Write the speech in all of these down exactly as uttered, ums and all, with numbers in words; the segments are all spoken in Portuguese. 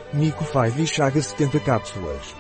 Mico cinco e Chaga setenta cápsulas.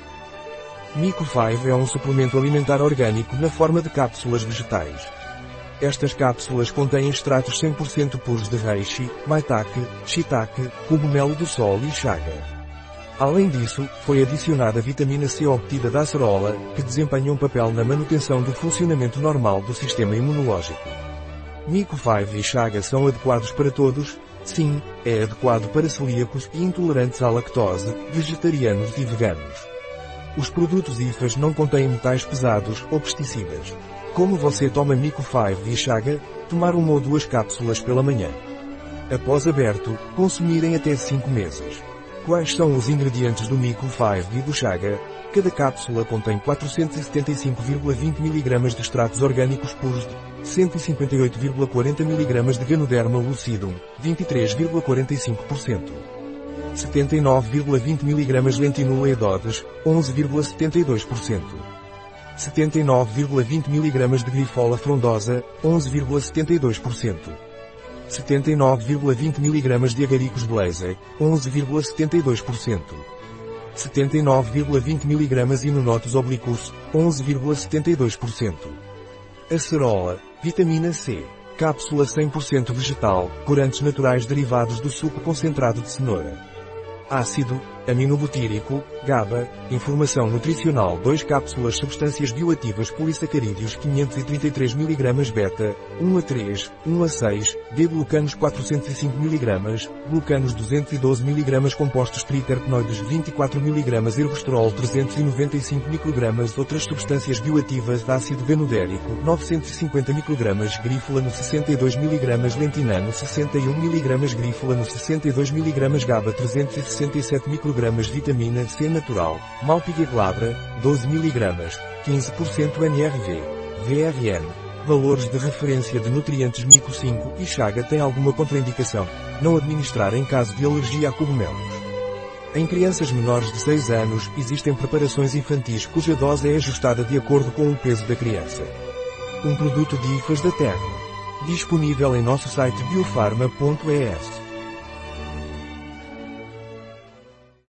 Mico cinco é um suplemento alimentar orgânico na forma de cápsulas vegetais. Estas cápsulas contêm extratos cem por cento puros de reishi, maitake, shiitake, cogumelo do sol e chaga. Além disso, foi adicionada vitamina C obtida da acerola, que desempenha um papel na manutenção do funcionamento normal do sistema imunológico. Mico cinco e chaga são adequados para todos? Sim, é adequado para celíacos e intolerantes à lactose, vegetarianos e veganos. Os produtos I F A S não contêm metais pesados ou pesticidas. Como você toma Mico cinco e chaga? Tomar uma ou duas cápsulas pela manhã. Após aberto, consumir em até cinco meses. Quais são os ingredientes do Mico cinco e do chaga? Cada cápsula contém quatrocentos e setenta e cinco vírgula vinte miligramas de extratos orgânicos puros de cento e cinquenta e oito vírgula quarenta miligramas de Ganoderma lucidum, vinte e três vírgula quarenta e cinco por cento. setenta e nove vírgula vinte miligramas Lentinula edodes, onze vírgula setenta e dois por cento. setenta e nove vírgula vinte miligramas de Grifola frondosa, onze vírgula setenta e dois por cento. setenta e nove vírgula vinte miligramas de Agaricus blaze, onze vírgula setenta e dois por cento. setenta e nove vírgula vinte miligramas Inonotus obliquus, onze vírgula setenta e dois por cento. Acerola, vitamina C, cápsula cem por cento vegetal, corantes naturais derivados do suco concentrado de cenoura. Ácido aminobutírico, GABA, informação nutricional dois cápsulas substâncias bioativas polissacarídeos quinhentos e trinta e três miligramas beta, um a três, um a seis, D-glucanos quatrocentos e cinco miligramas, glucanos duzentos e doze miligramas compostos triterpenoides vinte e quatro miligramas ergosterol trezentos e noventa e cinco microgramas outras substâncias bioativas ácido ganodérico novecentos e cinquenta microgramas Grifulano sessenta e dois miligramas lentinano sessenta e um miligramas Grifulano sessenta e dois miligramas GABA trezentos e sessenta e sete microgramas vitamina C natural, Malpighi glabra, doze miligramas, quinze por cento N R V, V R N. Valores de referência de nutrientes Mico cinco e chaga têm alguma contraindicação. Não administrar em caso de alergia a cogumelos. Em crianças menores de seis anos, existem preparações infantis cuja dose é ajustada de acordo com o peso da criança. Um produto de I F A S da Terra. Disponível em nosso site biofarma ponto es.